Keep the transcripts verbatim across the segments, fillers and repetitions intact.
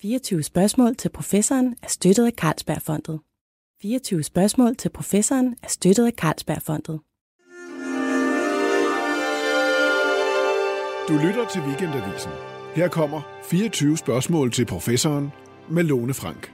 fireogtyve spørgsmål til professoren er støttet af Carlsbergfondet. fireogtyve spørgsmål til professoren er støttet af Carlsbergfondet. Du lytter til Weekendavisen. Her kommer fireogtyve spørgsmål til professoren med Lone Frank.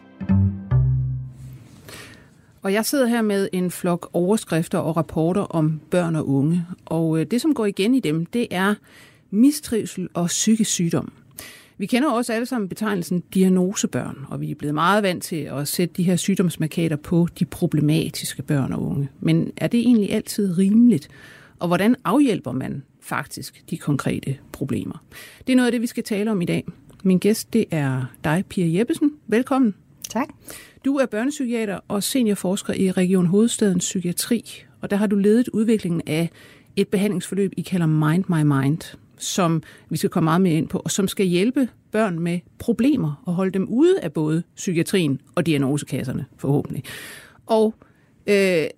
Og jeg sidder her med en flok overskrifter og rapporter om børn og unge. Og det, som går igen i dem, det er mistrivsel og psykisk sygdom. Vi kender også alle sammen betegnelsen diagnosebørn, og vi er blevet meget vant til at sætte de her sygdomsmarkader på de problematiske børn og unge. Men er det egentlig altid rimeligt? Og hvordan afhjælper man faktisk de konkrete problemer? Det er noget af det, vi skal tale om i dag. Min gæst, det er dig, Pia Jeppesen. Velkommen. Tak. Du er børnepsykiater og seniorforsker i Region Hovedstadens Psykiatri, og der har du ledet udviklingen af et behandlingsforløb, I kalder Mind My Mind, som vi skal komme meget mere ind på, og som skal hjælpe børn med problemer og holde dem ude af både psykiatrien og diagnosekasserne, forhåbentlig. Og øh,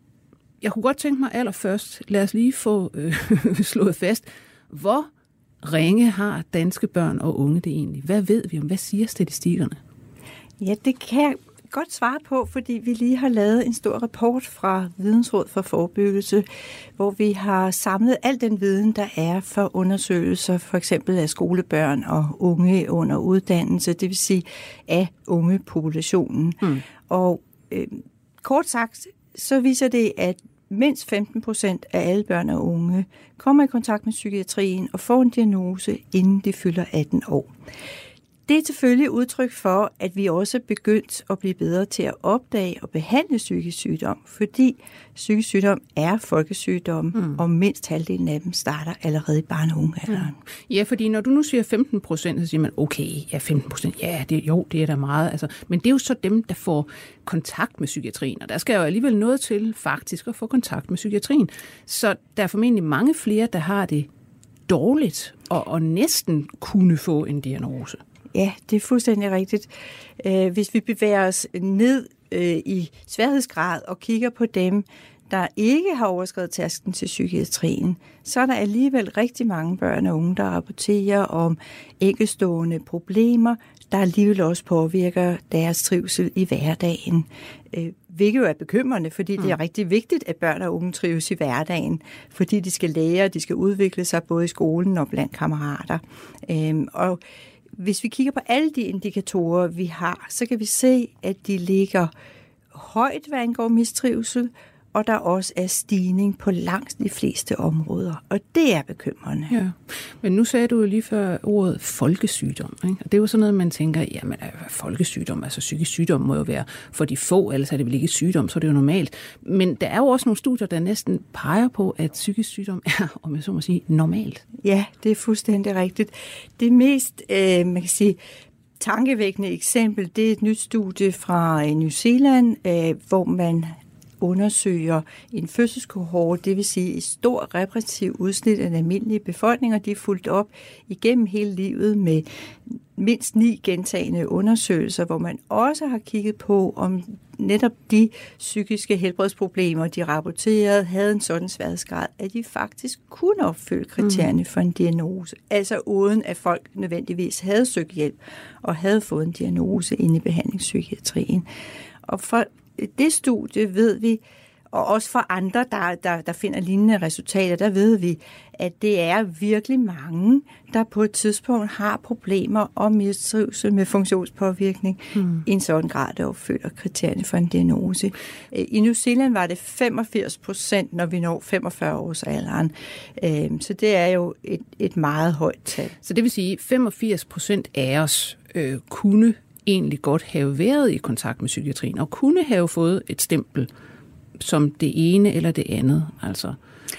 jeg kunne godt tænke mig allerførst, lad os lige få øh, slået fast, hvor ringe har danske børn og unge det egentlig? Hvad ved vi om? Hvad siger statistikkerne? Ja, det kan jeg godt svare på, fordi vi lige har lavet en stor rapport fra Vidensråd for Forebyggelse, hvor vi har samlet al den viden, der er for undersøgelser, for eksempel af skolebørn og unge under uddannelse, det vil sige af ungepopulationen. Hmm. Og øh, kort sagt, så viser det, at mindst femten procent af alle børn og unge kommer i kontakt med psykiatrien og får en diagnose, inden de fylder atten år. Det er selvfølgelig udtryk for, at vi også er begyndt at blive bedre til at opdage og behandle psykisk sygdom, fordi psykisk sygdom er folkesygdom, mm. og mindst halvdelen af dem starter allerede i barne- og ungealderen. Mm. Ja, fordi når du nu siger femten procent, så siger man, okay, ja, femten procent, ja, det, jo, det er da meget. Altså, men det er jo så dem, der får kontakt med psykiatrien, og der skal jo alligevel noget til faktisk at få kontakt med psykiatrien. Så der er formentlig mange flere, der har det dårligt og, og næsten kunne få en diagnose. Ja, det er fuldstændig rigtigt. Hvis vi bevæger os ned i sværhedsgrad og kigger på dem, der ikke har overskredet tærsklen til psykiatrien, så er der alligevel rigtig mange børn og unge, der rapporterer om enkeltstående problemer, der alligevel også påvirker deres trivsel i hverdagen. Hvilket jo er bekymrende, fordi det er rigtig vigtigt, at børn og unge trives i hverdagen, fordi de skal lære, de skal udvikle sig både i skolen og blandt kammerater. Og hvis vi kigger på alle de indikatorer, vi har, så kan vi se, at de ligger højt, hvad angår mistrivsel, og der også er stigning på langt de fleste områder, og det er bekymrende. Ja, men nu sagde du jo lige før ordet folkesygdom, ikke? Og det er jo sådan noget, man tænker, jamen folkesygdom, altså psykisk sygdom må jo være for de få, ellers er det vel ikke sygdom, så er det jo normalt. Men der er jo også nogle studier, der næsten peger på, at psykisk sygdom er, om jeg så må sige, normalt. Ja, det er fuldstændig rigtigt. Det mest, øh, man kan sige, tankevækkende eksempel, det er et nyt studie fra New Zealand, øh, hvor man undersøger en fødselskohorte, det vil sige et stort repræsentativt udsnit af den almindelige befolkning, og de er fulgt op igennem hele livet med mindst ni gentagne undersøgelser, hvor man også har kigget på, om netop de psykiske helbredsproblemer, de rapporterede, havde en sådan sværhedsgrad, at de faktisk kunne opfylde kriterierne for en diagnose. Altså uden at folk nødvendigvis havde søgt hjælp og havde fået en diagnose inde i behandlingspsykiatrien. Og for det studie ved vi, og også for andre, der, der, der finder lignende resultater, der ved vi, at det er virkelig mange, der på et tidspunkt har problemer og mistrivsel med funktionspåvirkning hmm. i en sådan grad, der opfylder kriterierne for en diagnose. I New Zealand var det femogfirs procent, når vi når femogfyrre års alderen. Så det er jo et, et meget højt tal. Så det vil sige, at femogfirs procent af os øh, kunne egentlig godt have været i kontakt med psykiatrien og kunne have fået et stempel som det ene eller det andet, altså.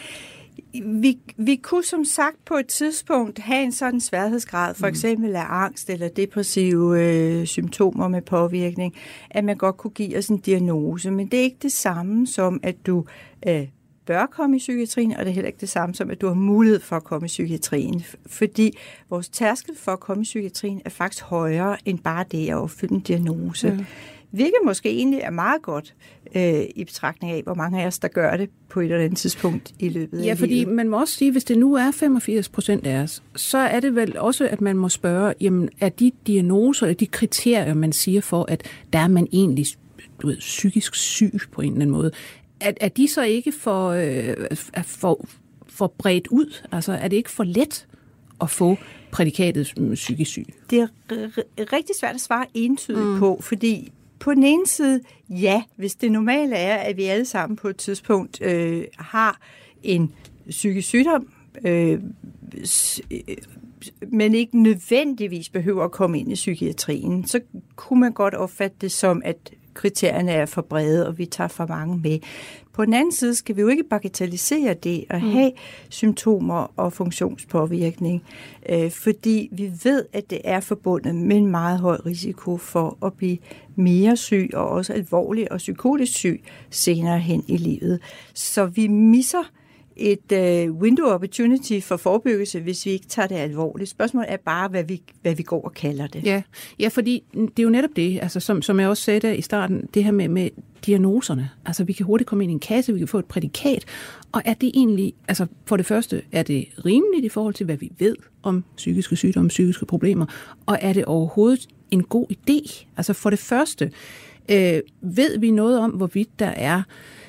Vi, vi kunne som sagt på et tidspunkt have en sådan sværhedsgrad, for eksempel af angst eller depressive øh, symptomer med påvirkning, at man godt kunne give os en diagnose, men det er ikke det samme som, at du øh, bør komme i psykiatrien, og det er heller ikke det samme som, at du har mulighed for at komme i psykiatrien, fordi vores tærskel for at komme i psykiatrien er faktisk højere end bare det at opfylde en diagnose. Mm. hvilket måske egentlig er meget godt øh, i betragtning af, hvor mange af os, der gør det på et eller andet tidspunkt i løbet af Ja, fordi livet. man må også sige, hvis det nu er femogfirs procent af os, så er det vel også, at man må spørge, jamen er de diagnoser, er de kriterier, man siger for, at der er man egentlig du ved, psykisk syg på en eller anden måde, er, er de så ikke for, øh, for, for bredt ud? Altså er det ikke for let at få prædikatet psykisk syg? Det er r- rigtig svært at svare entydigt mm. på, fordi på den ene side, ja, hvis det normale er, at vi alle sammen på et tidspunkt øh, har en psykisk sygdom, øh, s- men ikke nødvendigvis behøver at komme ind i psykiatrien, så kunne man godt opfatte det som, at kriterierne er for brede, og vi tager for mange med. På den anden side skal vi jo ikke bagatellisere det at have mm. symptomer og funktionspåvirkning, øh, fordi vi ved, at det er forbundet med en meget høj risiko for at blive mere syg, og også alvorlig og psykotisk syg senere hen i livet. Så vi misser et uh, window opportunity for forebyggelse, hvis vi ikke tager det alvorligt. Spørgsmålet er bare, hvad vi, hvad vi går og kalder det. Ja, ja, fordi det er jo netop det, altså som, som jeg også sagde der i starten, det her med, med diagnoserne. Altså vi kan hurtigt komme ind i en kasse, vi kan få et prædikat, og er det egentlig, altså for det første, er det rimeligt i forhold til, hvad vi ved om psykiske sygdomme, psykiske problemer, og er det overhovedet en god idé? Altså for det første, øh, ved vi noget om, hvorvidt der er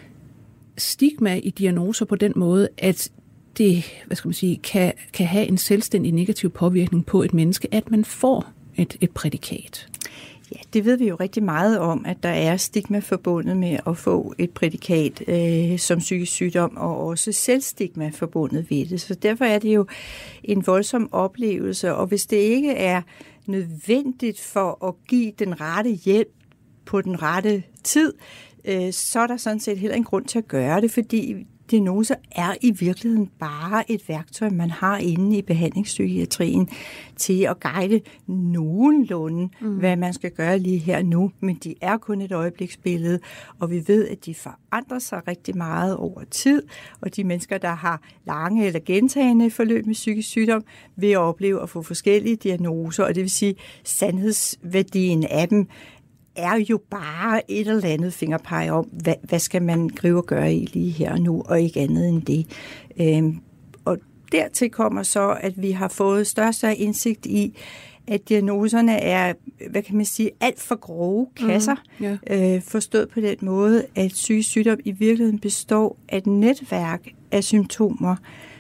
stigma i diagnoser på den måde, at det, hvad skal man sige, kan, kan have en selvstændig negativ påvirkning på et menneske, at man får et, et prædikat. Ja, det ved vi jo rigtig meget om, at der er stigma forbundet med at få et prædikat øh, som psykisk sygdom, og også selvstigma forbundet ved det. Så derfor er det jo en voldsom oplevelse, og hvis det ikke er nødvendigt for at give den rette hjælp på den rette tid, så er der sådan set heller en grund til at gøre det, fordi diagnoser er i virkeligheden bare et værktøj, man har inde i behandlingspsykiatrien til at guide nogenlunde, mm. hvad man skal gøre lige her nu, men de er kun et øjebliksbillede, og vi ved, at de forandrer sig rigtig meget over tid, og de mennesker, der har lange eller gentagende forløb med psykisk sygdom, vil opleve at få forskellige diagnoser, og det vil sige, sandhedsværdien af dem er jo bare et eller andet fingerpege om, hvad, hvad skal man gribe og gøre i lige her og nu, og ikke andet end det. Øhm, og dertil kommer så, at vi har fået større indsigt i, at diagnoserne er, hvad kan man sige, alt for grove kasser, mm, yeah. øh, forstået på den måde, at psykisk sygdom i virkeligheden består af et netværk af symptomer,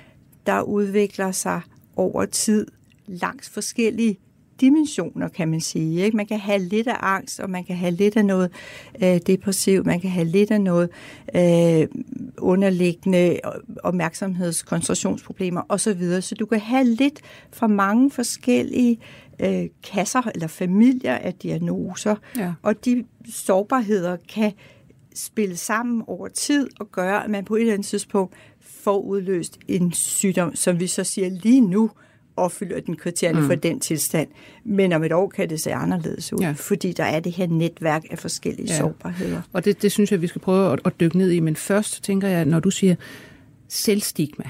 der udvikler sig over tid langs forskellige dimensioner, kan man sige. Ikke? Man kan have lidt af angst, og man kan have lidt af noget øh, depressivt, man kan have lidt af noget øh, underliggende opmærksomheds- koncentrationsproblemer osv. Så du kan have lidt fra mange forskellige øh, kasser eller familier af diagnoser, ja. Og de sårbarheder kan spille sammen over tid og gøre, at man på et eller andet tidspunkt får udløst en sygdom, som vi så siger lige nu, opfylder den kriterierne mm. for den tilstand. Men om et år kan det se anderledes ud, ja. Fordi der er det her netværk af forskellige ja. Sårbarheder. Og det, det synes jeg, vi skal prøve at, at dykke ned i. Men først tænker jeg, når du siger selvstigma,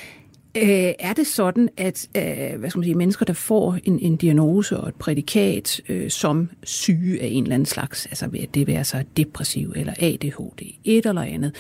øh, er det sådan, at øh, hvad skal man sige, mennesker, der får en, en diagnose og et prædikat øh, som syge af en eller anden slags, altså det vil være så depressiv eller A D H D, et eller andet,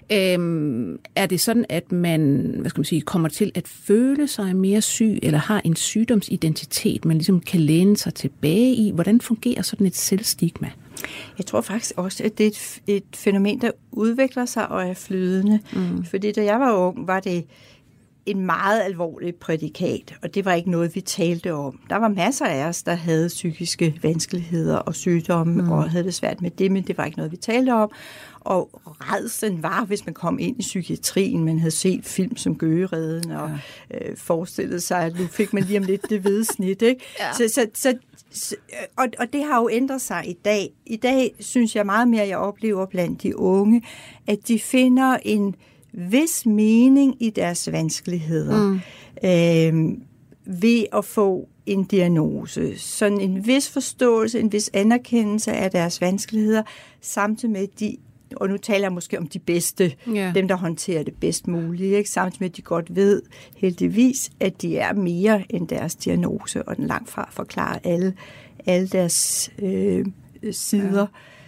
Øhm, er det sådan, at man, hvad skal man sige, kommer til at føle sig mere syg, eller har en sygdomsidentitet, man ligesom kan læne sig tilbage i? Hvordan fungerer sådan et selvstigma? Jeg tror faktisk også, at det er et, et fænomen, der udvikler sig og er flydende. Mm. Fordi da jeg var ung, var det en meget alvorlig prædikat, og det var ikke noget, vi talte om. Der var masser af os, der havde psykiske vanskeligheder og sygdomme, mm. og havde det svært med det, men det var ikke noget, vi talte om. Og rædslen var, hvis man kom ind i psykiatrien, man havde set film som Gøgereden, og ja. øh, forestillede sig, at nu fik man lige om lidt det hvide snit. Ikke? Ja. Så, så, så, så, og, og det har jo ændret sig i dag. I dag synes jeg meget mere, jeg oplever blandt de unge, at de finder en vis mening i deres vanskeligheder mm. øh, ved at få en diagnose. Sådan en vis forståelse, en vis anerkendelse af deres vanskeligheder, samtidig med de, og nu taler jeg måske om de bedste, yeah. dem der håndterer det bedst muligt, ikke? Samtidig med at de godt ved heldigvis, at de er mere end deres diagnose, og den langt fra forklarer alle, alle deres øh, sider.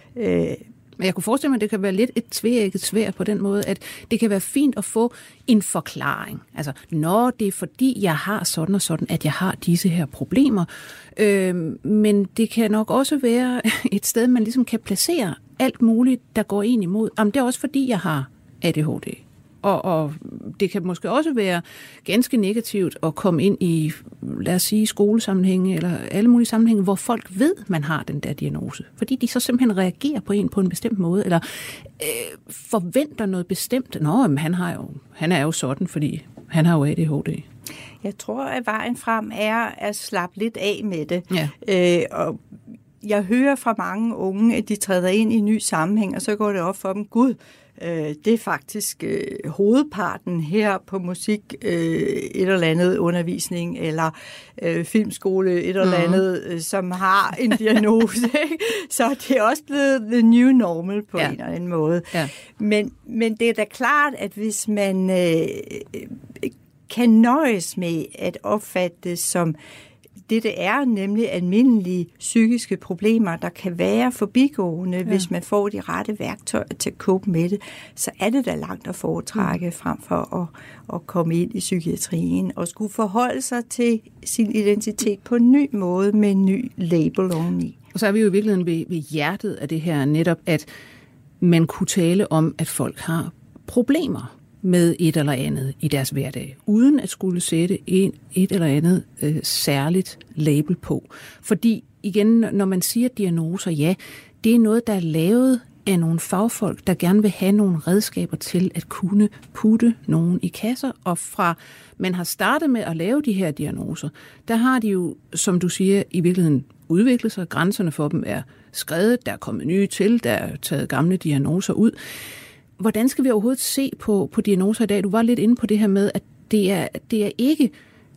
Øh, Men jeg kunne forestille mig, at det kan være lidt et tveægget sværd på den måde, at det kan være fint at få en forklaring. Altså, når det er fordi, jeg har sådan og sådan, at jeg har disse her problemer. Øh, men det kan nok også være et sted, man ligesom kan placere alt muligt, der går en imod. Jamen, det er også fordi, jeg har A D H D. Og, og det kan måske også være ganske negativt at komme ind i, lad os sige, skolesammenhænge eller alle mulige sammenhænge, hvor folk ved, man har den der diagnose. Fordi de så simpelthen reagerer på en på en bestemt måde, eller øh, forventer noget bestemt. Nå, men han, har jo, han er jo sådan, fordi han har jo A D H D. Jeg tror, at vejen frem er at slappe lidt af med det. Ja. Øh, og jeg hører fra mange unge, at de træder ind i en ny sammenhæng, og så går det op for dem, gud, øh, det er faktisk øh, hovedparten her på musik, øh, et eller andet undervisning, eller øh, filmskole, et eller mm. andet, øh, som har en diagnose. Så det er også blevet the new normal på ja. en eller anden måde. Ja. Men, men det er da klart, at hvis man øh, kan nøjes med at opfatte det som det, det er, nemlig almindelige psykiske problemer, der kan være forbigående, ja. hvis man får de rette værktøjer til at cope med det, så er det da langt at foretrække mm. frem for at, at komme ind i psykiatrien og skulle forholde sig til sin identitet på en ny måde med en ny label oveni. Og så er vi jo i virkeligheden ved, ved hjertet af det her netop, at man kunne tale om, at folk har problemer med et eller andet i deres hverdag, uden at skulle sætte en, et eller andet øh, særligt label på. Fordi igen, når man siger diagnoser, ja, det er noget, der er lavet af nogle fagfolk, der gerne vil have nogle redskaber til at kunne putte nogen i kasser. Og fra man har startet med at lave de her diagnoser, der har de jo, som du siger, i virkeligheden udviklet sig. Grænserne for dem er skredet, der er kommet nye til, der er taget gamle diagnoser ud. Hvordan skal vi overhovedet se på, på diagnoser i dag? Du var lidt inde på det her med, at det er, det er ikke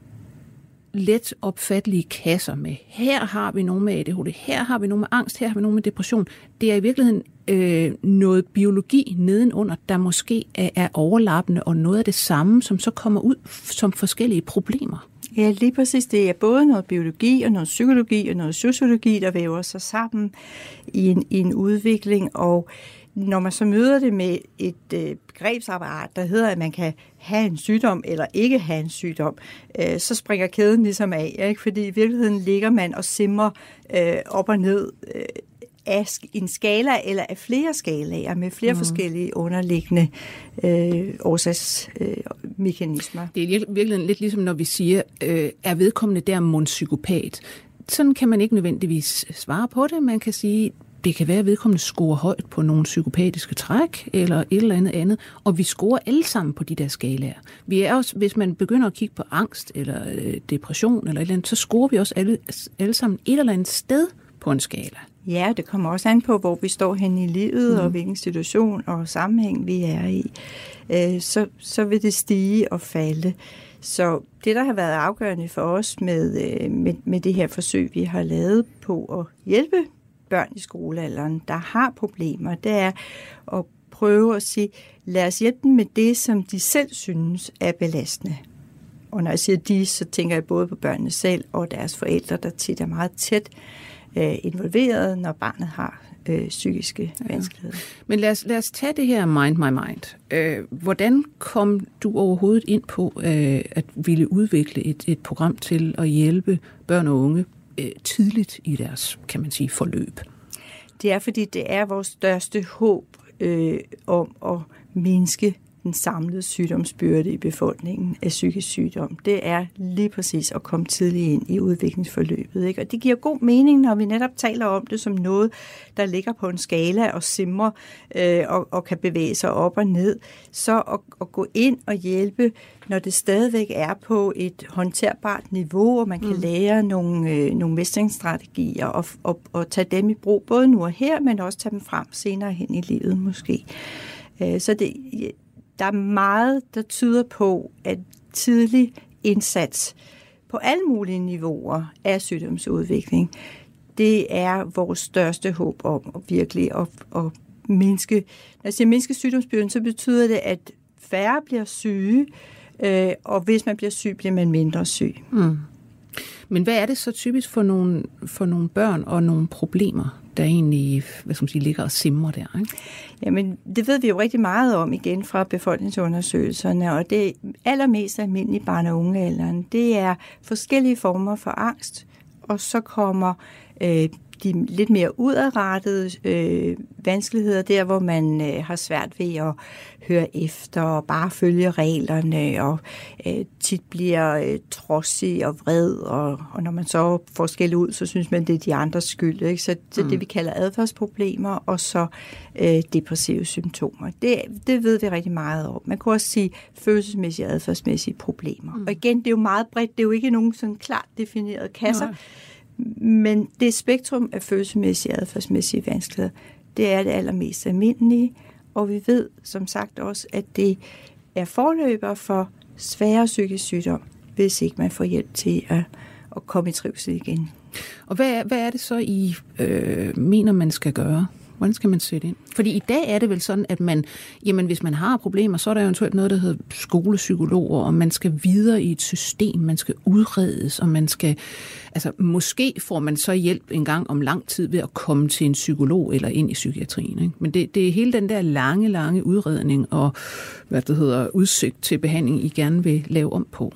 let opfattelige kasser med, her har vi nogen med A D H D, her har vi nogen med angst, her har vi nogen med depression. Det er i virkeligheden øh, noget biologi nedenunder, der måske er, er overlappende, og noget af det samme, som så kommer ud som forskellige problemer. Ja, lige præcis. Det er både noget biologi og noget psykologi og noget sociologi, der væver sig sammen i en, i en udvikling, og når man så møder det med et øh, begrebsapparat, der hedder, at man kan have en sygdom eller ikke have en sygdom, øh, så springer kæden ligesom af, ikke? Fordi i virkeligheden ligger man og simmer øh, op og ned øh, af en skala eller af flere skalaer med flere mm. forskellige underliggende øh, årsagsmekanismer. Øh, det er virkelig lidt ligesom, når vi siger, øh, er vedkommende der mon psykopat? Sådan kan man ikke nødvendigvis svare på det. Man kan sige, det kan være, at vedkommende scorer højt på nogle psykopatiske træk, eller et eller andet andet, og vi scorer alle sammen på de der skalaer. Vi er også, hvis man begynder at kigge på angst, eller øh, depression, eller et eller andet, så scorer vi også alle, alle sammen et eller andet sted på en skala. Ja, det kommer også an på, hvor vi står henne i livet, mm. og hvilken situation og sammenhæng vi er i. Øh, så, så vil det stige og falde. Så det, der har været afgørende for os med, øh, med, med det her forsøg, vi har lavet på at hjælpe børn i skolealderen, der har problemer, det er at prøve at sige, lad os hjælpe dem med det, som de selv synes er belastende. Og når jeg siger de, så tænker jeg både på børnene selv og deres forældre, der tit er meget tæt øh, involveret, når barnet har øh, psykiske ja. vanskeligheder. Men lad os, lad os tage det her Mind My Mind. Øh, hvordan kom du overhovedet ind på øh, at ville udvikle et, et program til at hjælpe børn og unge tidligt i deres, kan man sige, forløb? Det er, fordi det er vores største håb øh, om at mindske den samlede sygdomsbyrde i befolkningen af psykisk sygdom. Det er lige præcis at komme tidligt ind i udviklingsforløbet, ikke? Og det giver god mening, når vi netop taler om det som noget, der ligger på en skala og simrer øh, og, og kan bevæge sig op og ned. Så at, at gå ind og hjælpe, når det stadigvæk er på et håndterbart niveau, og man kan mm. lære nogle, øh, nogle mestringsstrategier og, og, og tage dem i brug, både nu og her, men også tage dem frem senere hen i livet måske. Øh, så det Der er meget, der tyder på, at tidlig indsats på alle mulige niveauer af sygdomsudvikling, det er vores største håb om at virkelig at, at mindske. Når jeg siger mindske sygdomsbyrden, så betyder det, at færre bliver syge, øh, og hvis man bliver syg, bliver man mindre syg. Mm. Men hvad er det så typisk for nogle, for nogle børn og nogle problemer, der egentlig, hvad skal man sige, ligger og simrer der, ikke? Jamen, det ved vi jo rigtig meget om igen fra befolkningsundersøgelserne, og det allermest almindelige i barn- og ungealderen, det er forskellige former for angst, og så kommer øh, de lidt mere udadrettede øh, vanskeligheder der, hvor man øh, har svært ved at høre efter og bare følge reglerne, og øh, tit bliver øh, trodsig og vred, og, og når man så får skæld ud, så synes man, det er de andres skyld. Ikke? Så det er mm. det, vi kalder adfærdsproblemer, og så øh, depressive symptomer. Det, det ved vi rigtig meget om. Man kan også sige følelsesmæssige og adfærdsmæssige problemer. Mm. Og igen, det er jo meget bredt. Det er jo ikke nogen sådan klart definerede kasser, Nej. Men det spektrum af følelsesmæssige og adfærdsmæssige vanskeligheder, det er det allermest almindelige, og vi ved som sagt også, at det er forløber for sværere psykisk sygdom, hvis ikke man får hjælp til at, at komme i trivsel igen. Og hvad, hvad er det så, I øh, mener, man skal gøre? Hvordan skal man sætte ind? Fordi i dag er det vel sådan, at man, jamen hvis man har problemer, så er der eventuelt noget, der hedder skolepsykologer, og man skal videre i et system, man skal udredes, og man skal, altså måske får man så hjælp en gang om lang tid ved at komme til en psykolog eller ind i psykiatrien, ikke? Men det, det er hele den der lange, lange udredning og, hvad det hedder, udsigt til behandling, I gerne vil lave om på.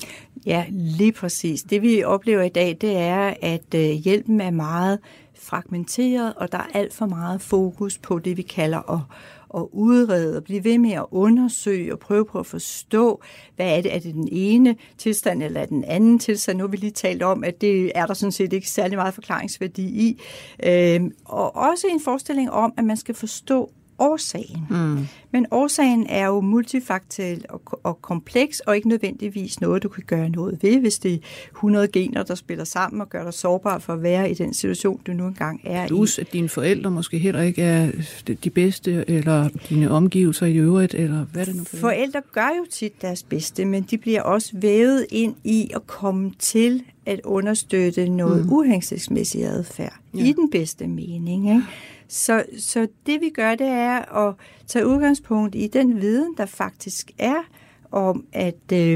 Ja, lige præcis. Det vi oplever i dag, det er, at hjælpen er meget fragmenteret, og der er alt for meget fokus på det, vi kalder at, at udrede, og blive ved med at undersøge og prøve på at forstå, hvad er det, er det den ene tilstand eller den anden tilstand. Nu har vi lige talt om, at det er der sådan set ikke særlig meget forklaringsværdi i. Øhm, og også en forestilling om, at man skal forstå årsagen. Mm. Men årsagen er jo multifaktoriel og, og kompleks, og ikke nødvendigvis noget, du kan gøre noget ved, hvis det er hundrede gener, der spiller sammen og gør dig sårbar for at være i den situation, du nu engang er Plus, i. At dine forældre måske heller ikke er de bedste, eller dine omgivelser i øvrigt, eller hvad det nu kan. Forældre gør jo tit deres bedste, men de bliver også vævet ind i at komme til at understøtte noget mm. uhensigtsmæssig adfærd, ja. I den bedste mening, ikke? Så, så det vi gør, det er at tage udgangspunkt i den viden, der faktisk er om, at øh,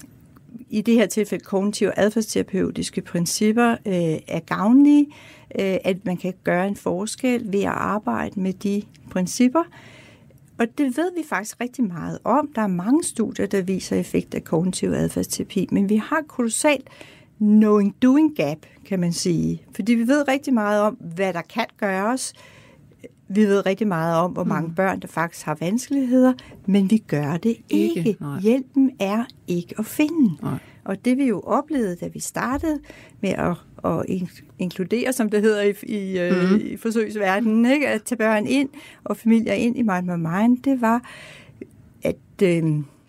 i det her tilfælde kognitive adfærdsterapeutiske principper øh, er gavnlige, øh, at man kan gøre en forskel ved at arbejde med de principper. Og det ved vi faktisk rigtig meget om. Der er mange studier, der viser effekt af kognitiv adfærdsterapi, men vi har kolossalt knowing-doing gap, kan man sige. Fordi vi ved rigtig meget om, hvad der kan gøres. Vi ved rigtig meget om, hvor mange mm. børn, der faktisk har vanskeligheder, men vi gør det ikke. ikke. Hjælpen er ikke at finde. Nej. Og det vi jo oplevede, da vi startede med at, at inkludere, som det hedder i, i, mm. i forsøgsverdenen, ikke? At tage børn ind og familier ind i Mind My Mind, det var, at øh,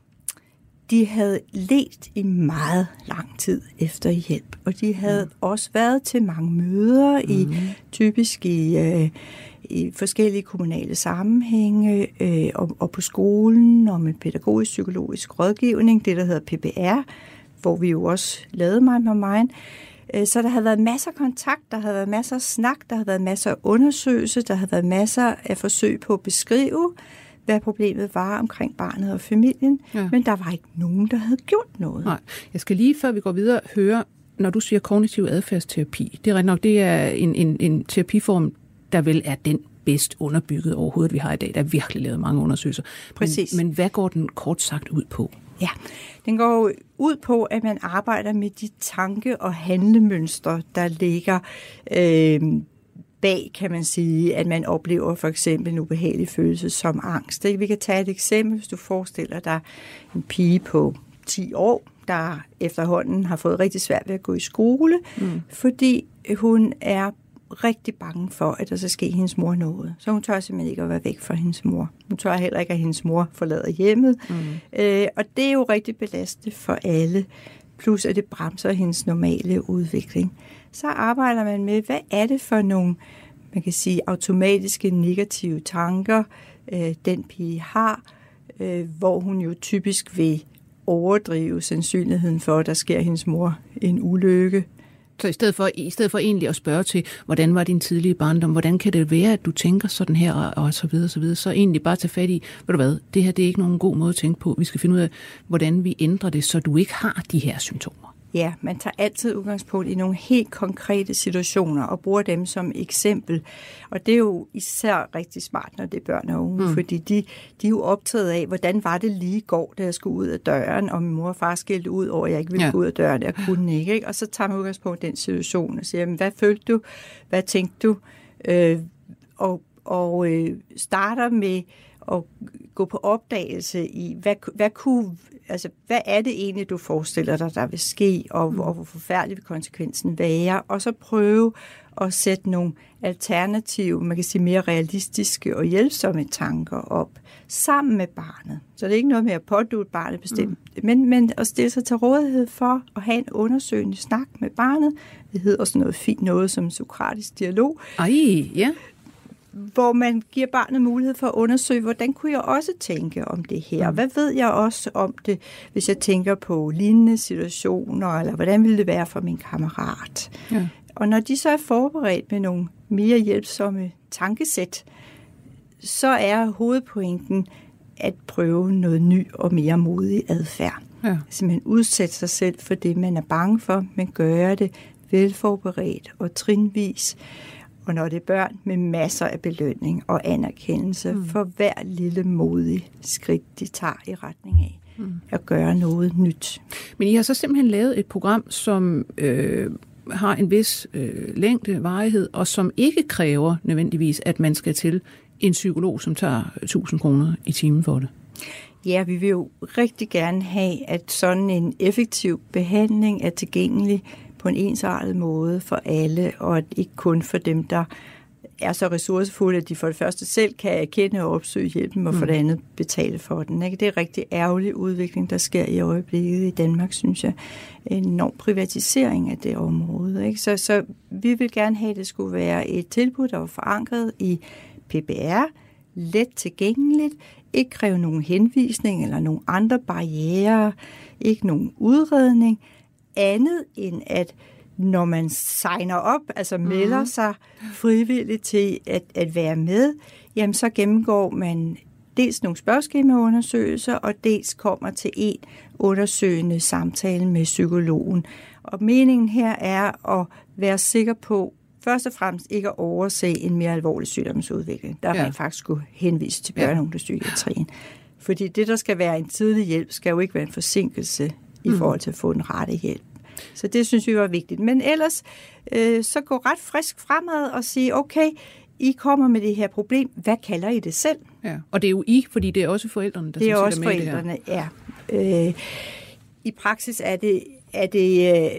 de havde ledt i meget lang tid efter hjælp. Og de havde mm. også været til mange møder, mm. i typisk i... Øh, i forskellige kommunale sammenhænge øh, og, og på skolen og med pædagogisk-psykologisk rådgivning, det der hedder P B R, hvor vi jo også lavede Mind My Mind. Øh, så der har været masser af kontakt, der har været masser af snak, der har været masser af undersøgelse, der har været masser af forsøg på at beskrive, hvad problemet var omkring barnet og familien, ja. Men der var ikke nogen, der havde gjort noget. Nej. Jeg skal lige, før vi går videre, høre, når du siger kognitiv adfærdsterapi, det er rigtig nok, det er en, en, en terapiform, der vel er den bedst underbygget overhovedet, vi har i dag. Der er virkelig lavet mange undersøgelser. Præcis. Men, men hvad går den kort sagt ud på? Ja, den går ud på, at man arbejder med de tanke- og handlemønstre, der ligger øh, bag, kan man sige, at man oplever for eksempel en ubehagelig følelse som angst. Vi kan tage et eksempel, hvis du forestiller dig en pige på ti år, der efterhånden har fået rigtig svært ved at gå i skole, mm. fordi hun er rigtig bange for, at der skal ske hendes mor noget. Så hun tør simpelthen ikke at være væk fra hendes mor. Hun tør heller ikke, at hendes mor forlader hjemmet. Mm. Øh, og det er jo rigtig belastende for alle. Plus, at det bremser hendes normale udvikling. Så arbejder man med, hvad er det for nogle, man kan sige, automatiske negative tanker, øh, den pige har, øh, hvor hun jo typisk vil overdrive sandsynligheden for, at der sker hendes mor en ulykke. Så i stedet for, i stedet for egentlig at spørge til, hvordan var din tidlige barndom, hvordan kan det være, at du tænker sådan her, og så videre, så videre, så egentlig bare tage fat i, ved du hvad, det her det er ikke nogen god måde at tænke på. Vi skal finde ud af, hvordan vi ændrer det, så du ikke har de her symptomer. Ja, man tager altid udgangspunkt i nogle helt konkrete situationer og bruger dem som eksempel. Og det er jo især rigtig smart, når det er børn og unge, mm. fordi de, de er jo optaget af, hvordan var det lige i går, da jeg skulle ud af døren, og min mor og far skilte ud over, at jeg ikke ville ja. gå ud af døren, jeg kunne ikke, ikke. Og så tager man udgangspunkt i den situation og siger, hvad følte du? Hvad tænkte du? Øh, og og øh, starter med at gå på opdagelse i, hvad, hvad, kunne, altså, hvad er det egentlig, du forestiller dig, der vil ske, og, mm. og hvor forfærdelig vil konsekvensen være, og så prøve at sætte nogle alternative, man kan sige mere realistiske og hjælpsomme tanker op, sammen med barnet. Så det er ikke noget med at pådutte barnet bestemt, mm. men, men at stille sig til rådighed for at have en undersøgende snak med barnet. Det hedder sådan noget fint noget som sokratisk dialog. Ej, ja. Hvor man giver barnet mulighed for at undersøge, hvordan kunne jeg også tænke om det her? Hvad ved jeg også om det, hvis jeg tænker på lignende situationer, eller hvordan ville det være for min kammerat? Ja. Og når de så er forberedt med nogle mere hjælpsomme tankesæt, så er hovedpointen at prøve noget ny og mere modig adfærd. Ja. Simpelthen udsætte sig selv for det, man er bange for, men gøre det velforberedt og trinvis. Og når det er børn med masser af belønning og anerkendelse mm. for hver lille modig skridt, de tager i retning af mm. at gøre noget nyt. Men I har så simpelthen lavet et program, som øh, har en vis øh, længde, varighed, og som ikke kræver nødvendigvis, at man skal til en psykolog, som tager tusind kroner i timen for det. Ja, vi vil jo rigtig gerne have, at sådan en effektiv behandling er tilgængelig på en ensartet måde for alle, og ikke kun for dem, der er så ressourcefulde, at de for det første selv kan erkende og opsøge hjælpen, og for det andet betale for den. Ikke? Det er en rigtig ærgerlig udvikling, der sker i øjeblikket i Danmark, synes jeg. En enorm privatisering af det område. Ikke? Så, så vi vil gerne have, at det skulle være et tilbud, der var forankret i P B R, let tilgængeligt, ikke kræve nogen henvisning eller nogen andre barrierer, ikke nogen udredning, andet end at når man signer op, altså melder mm. sig frivilligt til at, at være med, jamen så gennemgår man dels nogle spørgeskemaundersøgelser, og dels kommer til en undersøgende samtale med psykologen. Og meningen her er at være sikker på, først og fremmest ikke at overse en mere alvorlig sygdomsudvikling. Der ja. man faktisk skulle henvise til børne- og ungdomspsykiatrien. Fordi det, der skal være en tidlig hjælp, skal jo ikke være en forsinkelse i mm. forhold til at få en rette hjælp. Så det synes vi var vigtigt. Men ellers, øh, så gå ret frisk fremad og sige, okay, I kommer med det her problem. Hvad kalder I det selv? Ja. Og det er jo I, fordi det er også forældrene, der det er også også med forældrene, det her. Ja. Øh, I praksis er det, er det øh,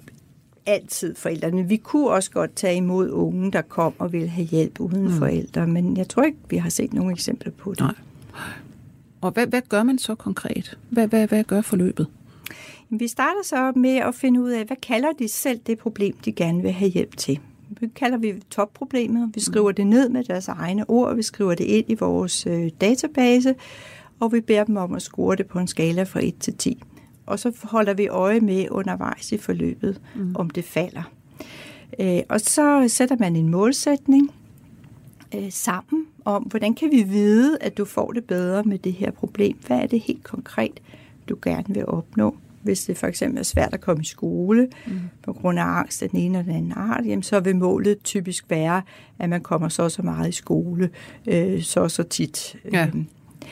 altid forældrene. Vi kunne også godt tage imod unge, der kom og ville have hjælp uden mm. forældre, men jeg tror ikke, vi har set nogle eksempler på det. Nej. Og hvad, hvad gør man så konkret? Hvad, hvad, hvad gør forløbet? Vi starter så med at finde ud af, hvad kalder de selv det problem, de gerne vil have hjælp til. Det kalder vi topproblemet. Vi skriver det ned med deres egne ord, vi skriver det ind i vores øh, database, og vi beder dem om at score det på en skala fra et til ti. Og så holder vi øje med undervejs i forløbet, mm. om det falder. Øh, og så sætter man en målsætning øh, sammen om, hvordan kan vi vide, at du får det bedre med det her problem? Hvad er det helt konkret, du gerne vil opnå? Hvis det for eksempel er svært at komme i skole mm. på grund af angst af den ene eller den anden art, jamen så vil målet typisk være, at man kommer så så meget i skole, øh, så så tit. Ja. Øh,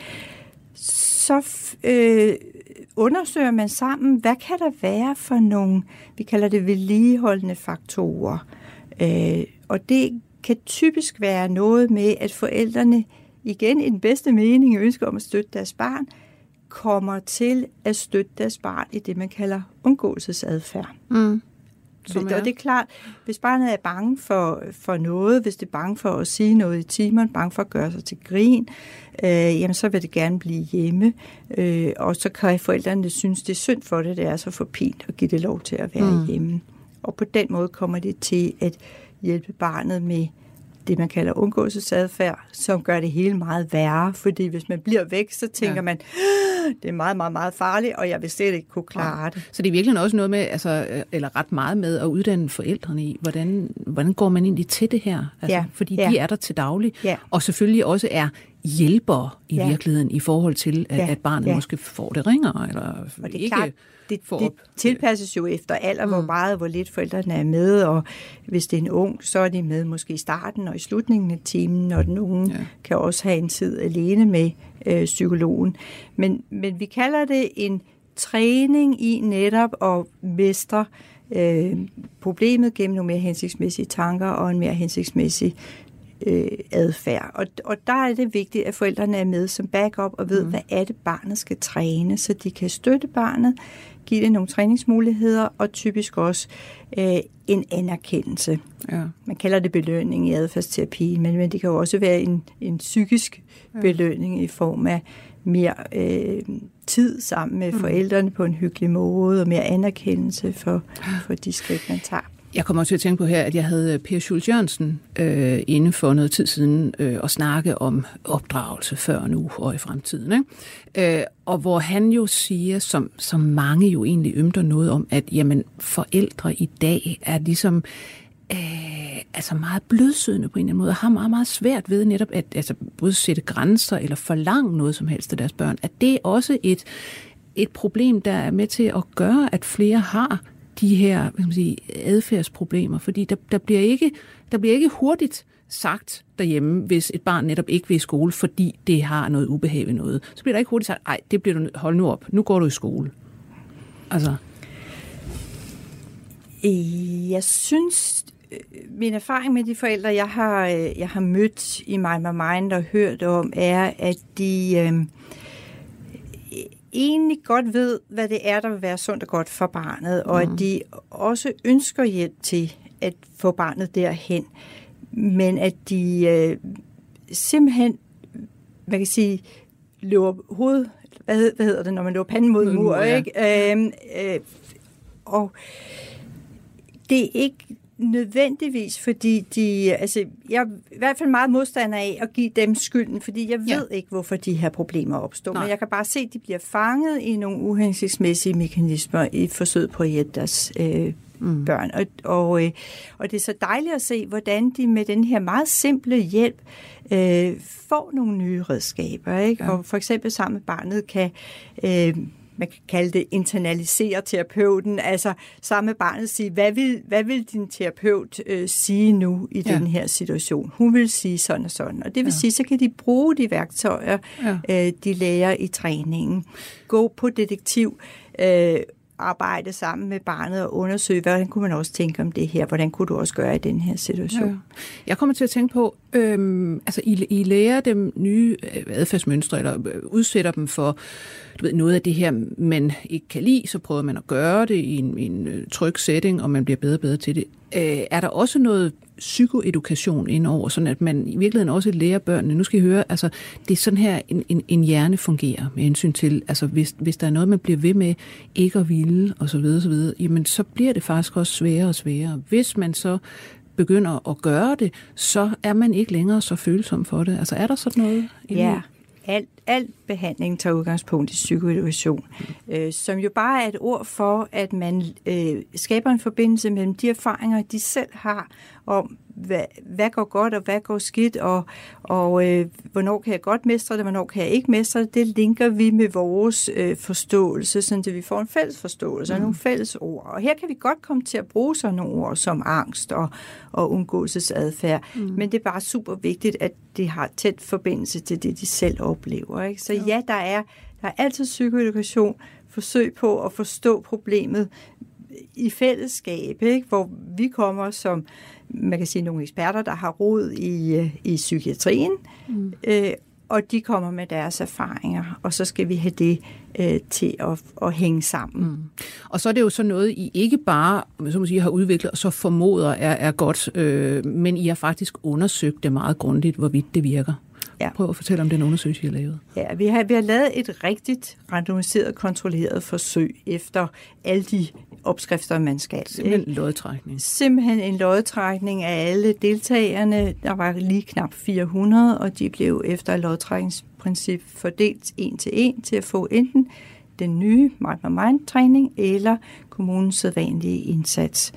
så øh, undersøger man sammen, hvad kan der være for nogle, vi kalder det vedligeholdende faktorer. Øh, og det kan typisk være noget med, at forældrene, igen i den bedste mening, ønsker om at støtte deres barn, kommer til at støtte deres barn i det, man kalder undgåelsesadfærd. Mm. Og det er klart, hvis barnet er bange for, for noget, hvis det er bange for at sige noget i timerne, bange for at gøre sig til grin, øh, jamen så vil det gerne blive hjemme. Øh, og så kan forældrene synes, det er synd for det, det er så for pint at give det lov til at være mm. hjemme. Og på den måde kommer det til at hjælpe barnet med det, man kalder undgåelsesadfærd, som gør det hele meget værre. Fordi hvis man bliver væk, så tænker ja. man, det er meget, meget, meget farligt, og jeg vil slet ikke kunne klare ja. det. Så det er virkelig også noget med, altså, eller ret meget med at uddanne forældrene i, hvordan, hvordan går man egentlig til det her? Altså, ja. Fordi ja. de er der til daglig, ja. og selvfølgelig også er hjælpere i ja. virkeligheden i forhold til, at, ja. at barnet ja. måske får det ringere, eller og det er ikke klart, det, det tilpasses jo efter alder, mm. hvor meget og hvor lidt forældrene er med, og hvis det er en ung, så er de med måske i starten og i slutningen af timen, og den unge ja. kan også have en tid alene med øh, psykologen. Men, men vi kalder det en træning i netop at mestre øh, problemet gennem nogle mere hensigtsmæssige tanker og en mere hensigtsmæssig øh, adfærd. Og, og der er det vigtigt, at forældrene er med som backup og ved, mm. hvad er det, barnet skal træne, så de kan støtte barnet, give det nogle træningsmuligheder og typisk også øh, en anerkendelse. Ja. Man kalder det belønning i adfærdsterapi, men, men det kan jo også være en, en psykisk ja. belønning i form af mere øh, tid sammen med mm. forældrene på en hyggelig måde, og mere anerkendelse for, for de skridt, man tager. Jeg kommer også til at tænke på her, at jeg havde Per Schultz Jørgensen øh, inde for noget tid siden øh, og snakke om opdragelse før nu og i fremtiden. Ikke? Øh, og hvor han jo siger, som, som mange jo egentlig ømter noget om, at jamen, forældre i dag er ligesom øh, altså meget blødsødende på en eller anden måde, og har meget, meget svært ved netop at altså, både sætte grænser eller forlange noget som helst af deres børn. At det er også et, et problem, der er med til at gøre, at flere har de her, hvad skal man sige, adfærdsproblemer, fordi der, der, bliver ikke, der bliver ikke hurtigt sagt derhjemme, hvis et barn netop ikke vil i skole, fordi det har noget ubehag ved noget. Så bliver der ikke hurtigt sagt, ej, det bliver du, hold nu op, nu går du i skole. Altså. Jeg synes, min erfaring med de forældre, jeg har, jeg har mødt i My Mind og hørt om, er, at de øh, egentlig godt ved, hvad det er, der vil være sundt og godt for barnet, og mm. at de også ønsker hjælp til at få barnet derhen, men at de øh, simpelthen, man kan sige, løber hoved, hvad, hvad hedder det, når man løber panden mod en mur, ja. ikke? Øh, øh, og det er ikke nødvendigvis, fordi de, altså, jeg er i hvert fald meget modstander af at give dem skylden, fordi jeg ved ja. ikke, hvorfor de her problemer opstår. Nej. Men jeg kan bare se, at de bliver fanget i nogle uhensigtsmæssige mekanismer i forsøget på at hjælpe deres øh, mm. børn. Og, og, øh, og det er så dejligt at se, hvordan de med den her meget simple hjælp øh, får nogle nye redskaber, ikke? Ja. Og for eksempel sammen med barnet kan øh, man kan kalde det internalisere terapeuten, altså sammen med barnet sige, hvad vil, hvad vil din terapeut øh, sige nu i ja. den her situation? Hun vil sige sådan og sådan. Og det vil ja. sige, så kan de bruge de værktøjer, ja. øh, de lærer i træningen. Gå på detektiv, øh, arbejde sammen med barnet og undersøge, hvordan kunne man også tænke om det her? Hvordan kunne du også gøre i den her situation? Ja. Jeg kommer til at tænke på, øhm, altså I, I lærer dem nye adfærdsmønstre, eller udsætter dem for du ved, noget af det her, man ikke kan lide, så prøver man at gøre det i en, en tryg setting, og man bliver bedre og bedre til det. Øh, er der også noget psykoedukation indover, sådan at man i virkeligheden også lærer børnene, nu skal I høre, altså det er sådan her, en, en, en hjerne fungerer med hensyn til, altså hvis, hvis der er noget, man bliver ved med ikke at ville, og så videre, så videre, jamen så bliver det faktisk også sværere og sværere. Hvis man så begynder at gøre det, så er man ikke længere så følsom for det. Altså er der sådan noget? Ja. Alt, alt behandling tager udgangspunkt i psykoedukation, mm. øh, som jo bare er et ord for, at man øh, skaber en forbindelse mellem de erfaringer, de selv har om, hvad, hvad går godt og hvad går skidt, og, og øh, hvornår kan jeg godt mestre det, hvornår kan jeg ikke mestre det. Det linker vi med vores øh, forståelse, sådan at vi får en fælles forståelse mm. og nogle fælles ord. Og her kan vi godt komme til at bruge sådan nogle ord som angst og, og undgåelsesadfærd, mm. men det er bare super vigtigt, at de har tæt forbindelse til det, de selv oplever. Ikke? Så ja, der er, der er altid psykoedukation, forsøg på at forstå problemet i fællesskab, ikke? Hvor vi kommer som, man kan sige, nogle eksperter, der har rod i, i psykiatrien, mm. øh, og de kommer med deres erfaringer, og så skal vi have det øh, til at, at hænge sammen. Mm. Og så er det jo så noget, I ikke bare som sige, har udviklet, og så formoder er, er godt, øh, men I har faktisk undersøgt det meget grundigt, hvorvidt det virker. Ja. Prøv at fortælle om den undersøgelse, I har lavet. Ja, vi har, vi har lavet et rigtigt randomiseret, kontrolleret forsøg efter alle de opskrifter, man skal. Simpelthen en lodtrækning. Simpelthen en lodtrækning af alle deltagerne. Der var lige knap fire hundrede, og de blev efter et lodtrækningsprincip fordelt en til en til at få enten den nye My Mind-træning eller kommunens sædvanlige indsats.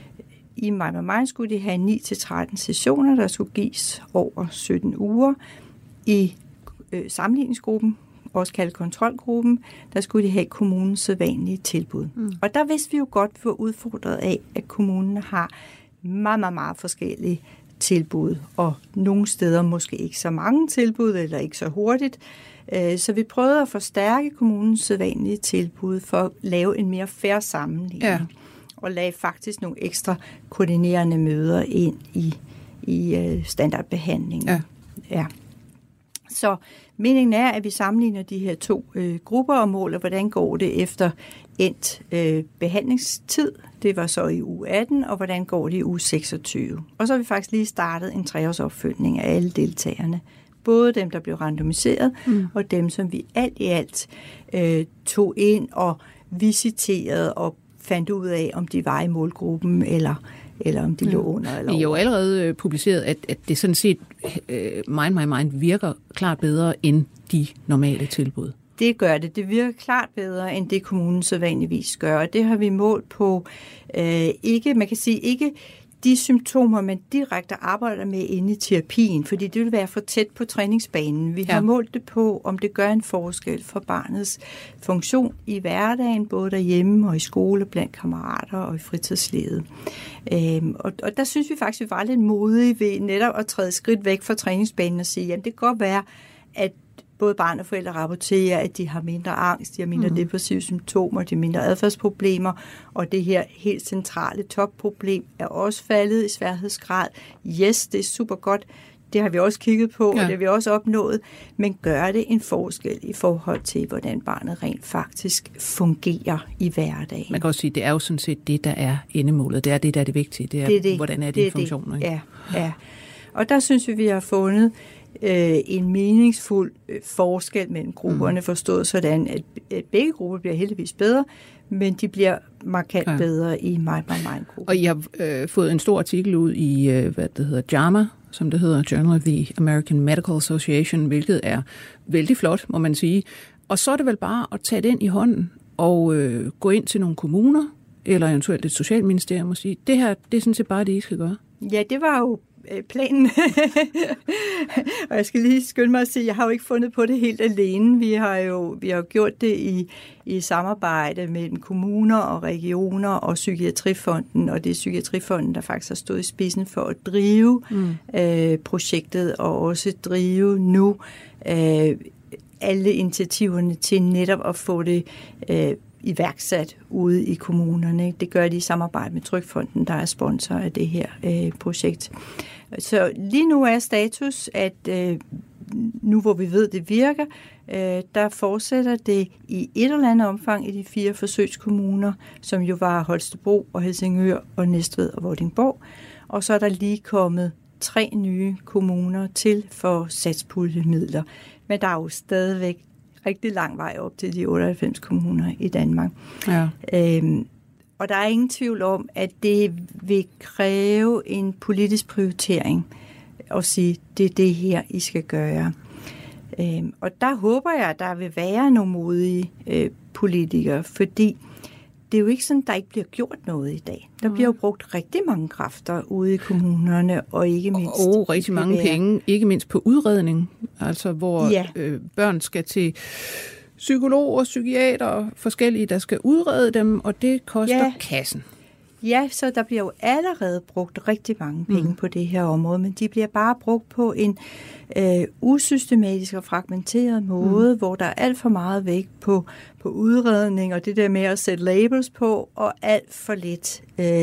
I My Mind skulle de have ni til tretten sessioner, der skulle gives over sytten uger. I øh, sammenligningsgruppen også kaldet kontrolgruppen, der skulle de have kommunens sædvanlige tilbud. Mm. Og der vidste vi jo godt, vi var udfordret af, at kommunen har meget, meget, meget forskellige tilbud, og nogle steder måske ikke så mange tilbud, eller ikke så hurtigt. Så vi prøvede at forstærke kommunens sædvanlige tilbud for at lave en mere fair sammenligning. Ja. Og lagde faktisk nogle ekstra koordinerende møder ind i, i standardbehandlingen. Ja. Ja. Så meningen er, at vi sammenligner de her to øh, grupper og måler, hvordan går det efter endt øh, behandlingstid. Det var så i uge atten, og hvordan går det i uge seksogtyve. Og så har vi faktisk lige startet en treårsopfølgning af alle deltagerne. Både dem, der blev randomiseret, mm. og dem, som vi alt i alt øh, tog ind og visiterede og fandt ud af, om de var i målgruppen, eller, eller om de ja. lå under. Eller I har jo allerede publiceret, at, at det sådan set, uh, Mind My Mind virker klart bedre end de normale tilbud. Det gør det. Det virker klart bedre, end det kommunen så vanligvis gør. Og det har vi målt på, øh, ikke, man kan sige, ikke de symptomer, man direkte arbejder med inde i terapien, fordi det vil være for tæt på træningsbanen. Vi har ja. målt det på, om det gør en forskel for barnets funktion i hverdagen, både derhjemme og i skole, blandt kammerater og i fritidslivet. Øhm, og, og der synes vi faktisk, vi var lidt modige ved netop at træde skridt væk fra træningsbanen og sige, jamen det kan godt være, at både barn og forældre rapporterer, at de har mindre angst, de har mindre mm. depressive symptomer, de har mindre adfærdsproblemer, og det her helt centrale topproblem er også faldet i sværhedsgrad. Yes, det er super godt. Det har vi også kigget på, ja. og det har vi også opnået, men gør det en forskel i forhold til, hvordan barnet rent faktisk fungerer i hverdagen. Man kan også sige, at det er jo sådan set det, der er endemålet. Det er det, der er det vigtige. Det er, det er det. hvordan er dine funktioner. Ikke? Ja, ja. Og der synes vi, vi har fundet øh, en meningsfuld øh, forskel mellem grupperne, mm. forstået sådan, at, at begge grupper bliver heldigvis bedre, men de bliver markant ja. bedre i Mind My Mind-gruppen. Og I har øh, fået en stor artikel ud i, øh, hvad det hedder, JAMA, som det hedder, Journal of the American Medical Association, hvilket er vældig flot, må man sige. Og så er det vel bare at tage den i hånden og øh, gå ind til nogle kommuner, eller eventuelt et socialministerium og sige, det her, det er sådan set bare det, I skal gøre. Ja, det var jo planen. Og jeg skal lige skynde mig at sige, jeg har jo ikke fundet på det helt alene. Vi har jo vi har gjort det i, i samarbejde mellem kommuner og regioner og Psykiatrifonden, og det er Psykiatrifonden, der faktisk har stået i spidsen for at drive mm. øh, projektet og også drive nu øh, alle initiativerne til netop at få det øh, iværksat ude i kommunerne. Det gør de i samarbejde med Trygfonden, der er sponsor af det her øh, projekt. Så lige nu er status, at øh, nu hvor vi ved, det virker, øh, der fortsætter det i et eller andet omfang i de fire forsøgskommuner, som jo var Holstebro og Helsingør og Næstved og Vordingborg. Og så er der lige kommet tre nye kommuner til for satspuljemidler. Men der er jo stadigvæk rigtig lang vej op til de otteoghalvfems kommuner i Danmark. Ja. Øhm, og der er ingen tvivl om, at det vil kræve en politisk prioritering at sige, det er det her, I skal gøre. Øhm, og der håber jeg, at der vil være nogle modige øh, politikere, fordi det er jo ikke sådan, der ikke bliver gjort noget i dag. Der bliver jo brugt rigtig mange kræfter ude i kommunerne, og ikke mindst... Og, og rigtig mange penge, ikke mindst på udredning, altså hvor ja. øh, børn skal til psykologer, psykiater og forskellige, der skal udrede dem, og det koster ja. kassen. Ja, så der bliver jo allerede brugt rigtig mange penge mm. på det her område, men de bliver bare brugt på en øh, usystematisk og fragmenteret måde, mm. hvor der er alt for meget vægt på, på udredning og det der med at sætte labels på, og alt for lidt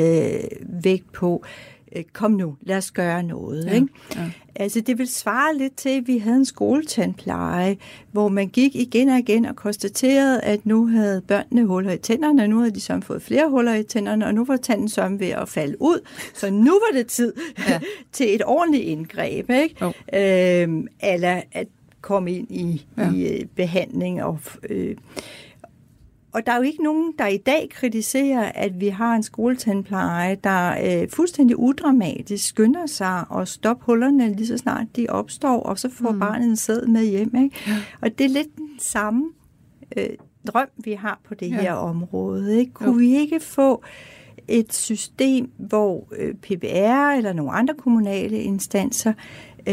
øh, vægt på, øh, kom nu, lad os gøre noget. Ja. Ikke? Ja. Altså det vil svare lidt til, at vi havde en skoletandpleje, hvor man gik igen og igen og konstaterede, at nu havde børnene huller i tænderne, og nu havde de så fået flere huller i tænderne, og nu var tanden så ved at falde ud. Så nu var det tid ja. til et ordentligt indgreb, ikke? Oh. Øhm, eller at komme ind i, ja. i behandling og... Øh, Og der er jo ikke nogen, der i dag kritiserer, at vi har en skoletandpleje, der øh, fuldstændig udramatisk skynder sig at stoppe hullerne lige så snart de opstår, og så får mm. barnet en sæd med hjem. Ikke? Ja. Og det er lidt den samme øh, drøm, vi har på det ja. her område. Ikke? Kunne jo. vi ikke få et system, hvor øh, P B R eller nogle andre kommunale instanser øh,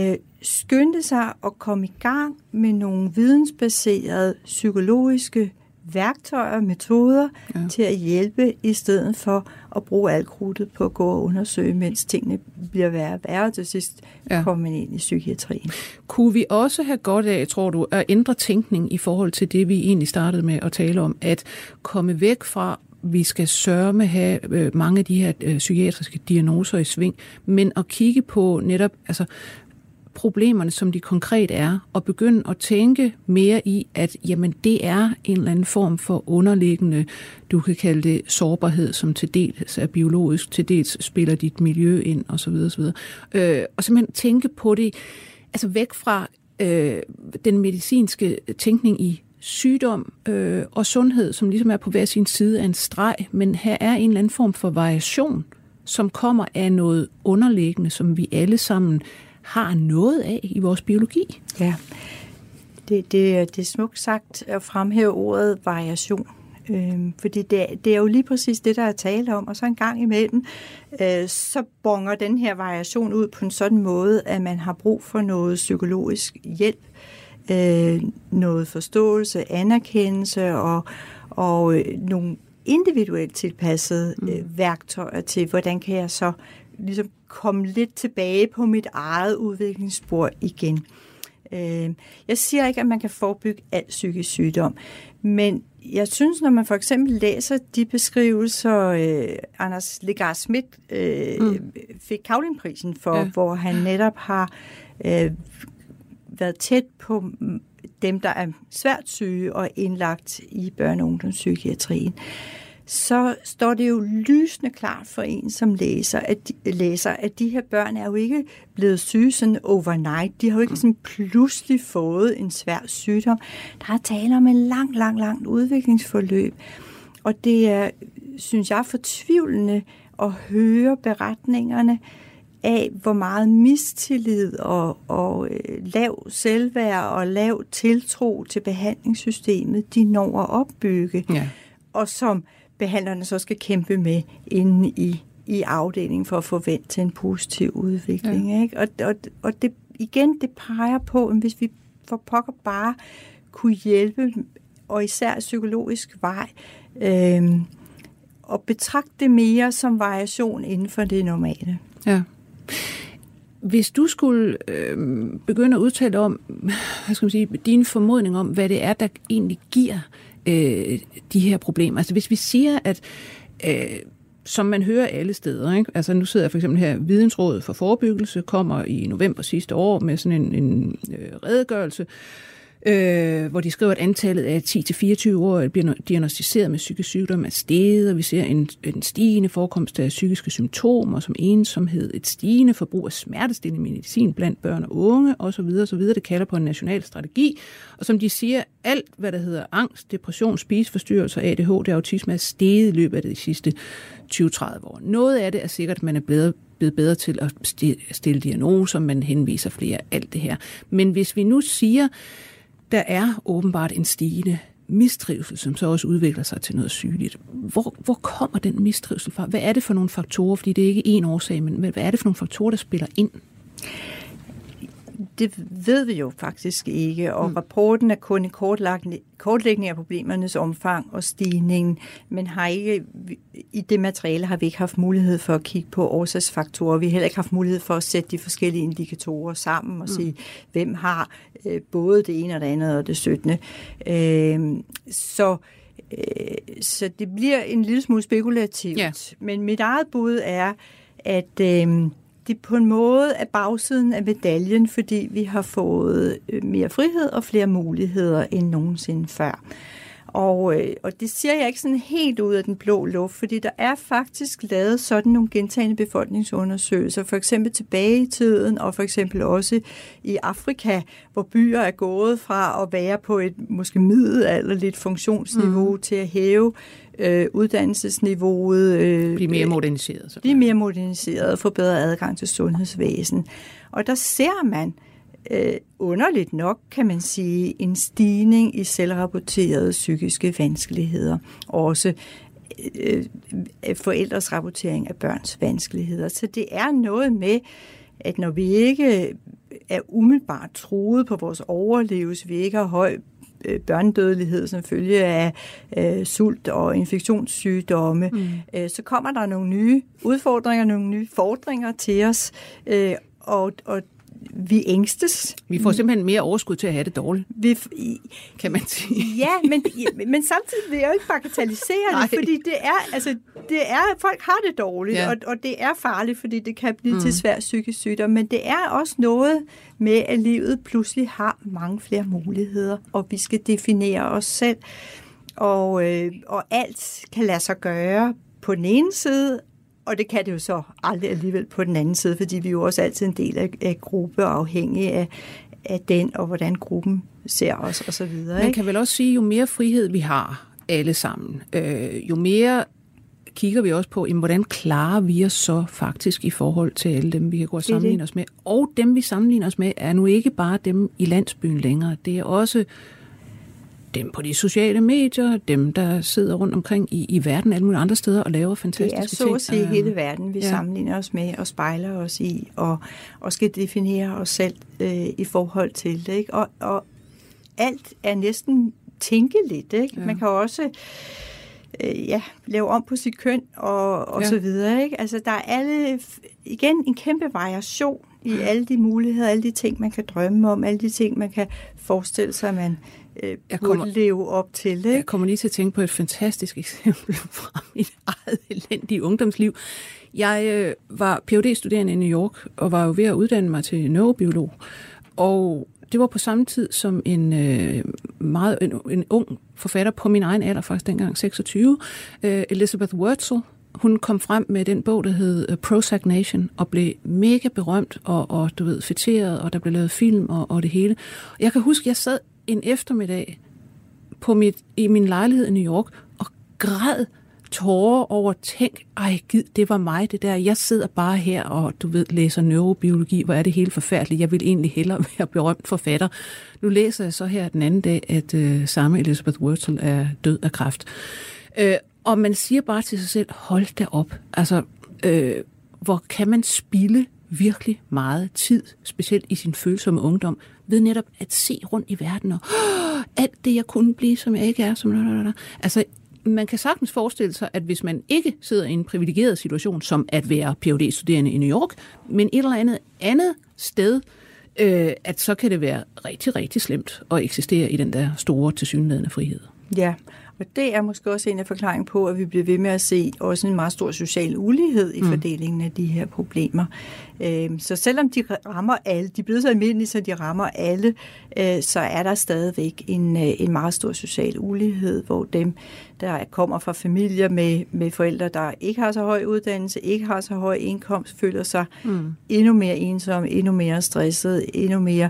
skyndte sig at komme i gang med nogle vidensbaserede psykologiske værktøjer og metoder ja. til at hjælpe, i stedet for at bruge alt krudtet på at gå og undersøge, mens tingene bliver værre og værre, til sidst ja. kommer man ind i psykiatrien. Kunne vi også have godt af, tror du, at ændre tænkning i forhold til det, vi egentlig startede med at tale om, at komme væk fra, vi skal sørge med at have mange af de her øh, psykiatriske diagnoser i sving, men at kigge på netop altså, problemerne, som de konkret er, og begynde at tænke mere i, at jamen, det er en eller anden form for underliggende, du kan kalde det sårbarhed, som til dels er biologisk, til dels spiller dit miljø ind, osv. osv. Øh, og simpelthen tænke på det, altså væk fra øh, den medicinske tænkning i sygdom øh, og sundhed, som ligesom er på hver sin side af en streg, men her er en eller anden form for variation, som kommer af noget underliggende, som vi alle sammen har noget af i vores biologi. Ja, det, det, det er smukt sagt at fremhæve ordet variation. Øhm, fordi det, det er jo lige præcis det, der er tale om, og så en gang imellem, øh, så bonger den her variation ud på en sådan måde, at man har brug for noget psykologisk hjælp, øh, noget forståelse, anerkendelse og, og øh, nogle individuelt tilpassede øh, værktøjer til, hvordan kan jeg så ligesom komme lidt tilbage på mit eget udviklingsspor igen. Øh, jeg siger ikke, at man kan forebygge al psykisk sygdom, men jeg synes, når man for eksempel læser de beskrivelser, øh, Anders Legarth Schmidt øh, mm. fik Cavlingprisen for, ja. hvor han netop har øh, været tæt på dem, der er svært syge og indlagt i børne- og ungdomspsykiatrien, så står det jo lysende klart for en som læser, at de, læser, at de her børn er jo ikke blevet syge sådan overnight. De har jo ikke sådan pludselig fået en svær sygdom. Der er tale om en lang, lang, lang udviklingsforløb. Og det er, synes jeg, fortvivlende at høre beretningerne af, hvor meget mistillid og, og øh, lav selvværd og lav tiltro til behandlingssystemet, de når at opbygge. Ja. Og som behandlerne så skal kæmpe med inde i, i afdelingen for at få vendt til en positiv udvikling. Ja. Ikke? Og, og, og det, igen, det peger på, at hvis vi for pokker bare kunne hjælpe, og især psykologisk vej, øh, og betragte det mere som variation inden for det normale. Ja. Hvis du skulle øh, begynde at udtale om, hvad skal man sige, din formodning om, hvad det er, der egentlig giver øh, de her problemer. Altså hvis vi siger, at øh, som man hører alle steder, ikke? Altså nu sidder jeg for eksempel her, Vidensrådet for Forebyggelse kommer i november sidste år med sådan en, en øh, redegørelse, Øh, hvor de skriver, at antallet af ti til fireogtyve år bliver diagnosticeret med psykisk sygdom er steget, og vi ser en, en stigende forekomst af psykiske symptomer som ensomhed, et stigende forbrug af smertestillende medicin blandt børn og unge osv. osv. Det kalder på en national strategi, og som de siger, alt hvad der hedder angst, depression, spiseforstyrrelser, A D H D, autisme er steget i løbet af de sidste tyve til tredive år. Noget af det er sikkert, at man er blevet blevet bedre til at stille diagnoser, man henviser flere, alt det her. Men hvis vi nu siger, der er åbenbart en stigende mistrivsel, som så også udvikler sig til noget sygeligt. Hvor, hvor kommer den mistrivsel fra? Hvad er det for nogle faktorer? Fordi det er ikke én årsag, men hvad er det for nogle faktorer, der spiller ind? Det ved vi jo faktisk ikke, og mm. rapporten er kun en kortlægning af problemernes omfang og stigning, men har ikke, i det materiale har vi ikke haft mulighed for at kigge på årsagsfaktorer. Vi har heller ikke haft mulighed for at sætte de forskellige indikatorer sammen og mm. sige, hvem har øh, både det ene og det andet og det syttende. Øh, så, øh, så det bliver en lille smule spekulativt. Yeah. Men mit eget bud er, at øh, det på en måde er bagsiden af medaljen, fordi vi har fået mere frihed og flere muligheder end nogensinde før. Og, og det siger jeg ikke sådan helt ud af den blå luft, fordi der er faktisk lavet sådan nogle gentagne befolkningsundersøgelser, for eksempel tilbage i tiden, og for eksempel også i Afrika, hvor byer er gået fra at være på et måske middelalderligt funktionsniveau mm. til at hæve øh, uddannelsesniveauet. Øh, blive mere moderniseret. Blive mere moderniseret og få bedre adgang til sundhedsvæsen. Og der ser man, Øh, underligt nok, kan man sige, en stigning i selvrapporterede psykiske vanskeligheder. Også øh, forældres rapportering af børns vanskeligheder. Så det er noget med, at når vi ikke er umiddelbart truet på vores overlevelse, vi ikke har høj børnedødelighed som følge af øh, sult og infektionssygdomme, mm. øh, så kommer der nogle nye udfordringer, nogle nye fordringer til os, øh, og, og vi ængstes. Vi får simpelthen mere overskud til at have det dårligt, vi, kan man sige. Ja, men, men samtidig vil jeg jo ikke bagatellisere det, fordi det er, altså, det er, folk har det dårligt, ja. og, og det er farligt, fordi det kan blive mm. til svær psykisk sygdom, men det er også noget med, at livet pludselig har mange flere muligheder, og vi skal definere os selv, og, øh, og alt kan lade sig gøre på den ene side, og det kan det jo så aldrig alligevel på den anden side, fordi vi er jo også altid en del af, af gruppe, afhængig af, af den, og hvordan gruppen ser os, og så videre. Man ikke? kan vel også sige, jo mere frihed vi har alle sammen, øh, jo mere kigger vi også på, jamen, hvordan klarer vi os så faktisk i forhold til alle dem, vi kan gå og sammenligne os med. Og dem, vi sammenligner os med, er nu ikke bare dem i landsbyen længere. Det er også dem på de sociale medier, dem, der sidder rundt omkring i, i verden, alle mulige andre steder og laver fantastiske ting. Det er så at sige hele verden, vi ja. sammenligner os med og spejler os i, og, og skal definere os selv øh, i forhold til det. Ikke? Og, og alt er næsten tænkeligt. Ikke? Ja. Man kan også øh, ja, lave om på sit køn og, og ja. så videre. Ikke? Altså, der er alle, igen en kæmpe variation i alle de muligheder, alle de ting, man kan drømme om, alle de ting, man kan forestille sig, man øh, jeg kommer, burde leve op til. Ikke? Jeg kommer lige til at tænke på et fantastisk eksempel fra mit eget elendige ungdomsliv. Jeg øh, var P H D-studerende i New York, og var jo ved at uddanne mig til neurobiolog. Og det var på samme tid som en, øh, meget, en, en ung forfatter på min egen alder, faktisk dengang seksogtyve, øh, Elizabeth Wurtzel. Hun kom frem med den bog, der hed Prozac Nation, og blev mega berømt, og, og du ved, fætteret, og der blev lavet film og, og det hele. Jeg kan huske, jeg sad en eftermiddag på mit, i min lejlighed i New York, og græd tårer over, tænk, ej gid, det var mig, det der. Jeg sidder bare her og, du ved, læser neurobiologi, hvor er det helt forfærdeligt. Jeg vil egentlig hellere være berømt forfatter. Nu læser jeg så her den anden dag, at øh, samme Elizabeth Wurtzel er død af kræft. Øh, Og man siger bare til sig selv, hold da op. Altså, øh, hvor kan man spilde virkelig meget tid, specielt i sin følsomme ungdom, ved netop at se rundt i verden, og oh, alt det, jeg kunne blive, som jeg ikke er. Som altså, man kan sagtens forestille sig, at hvis man ikke sidder i en privilegeret situation, som at være P H D-studerende i New York, men et eller andet andet sted, øh, at så kan det være rigtig, rigtig slemt at eksistere i den der store, tilsyneladende frihed. Ja, og det er måske også en af forklaringen på, at vi bliver ved med at se også en meget stor social ulighed i mm. fordelingen af de her problemer. Så selvom de rammer alle, de er blevet så almindelige, så de rammer alle, så er der stadigvæk en, en meget stor social ulighed, hvor dem, der kommer fra familier med, med forældre, der ikke har så høj uddannelse, ikke har så høj indkomst, føler sig mm. endnu mere ensomme, endnu mere stresset, endnu mere,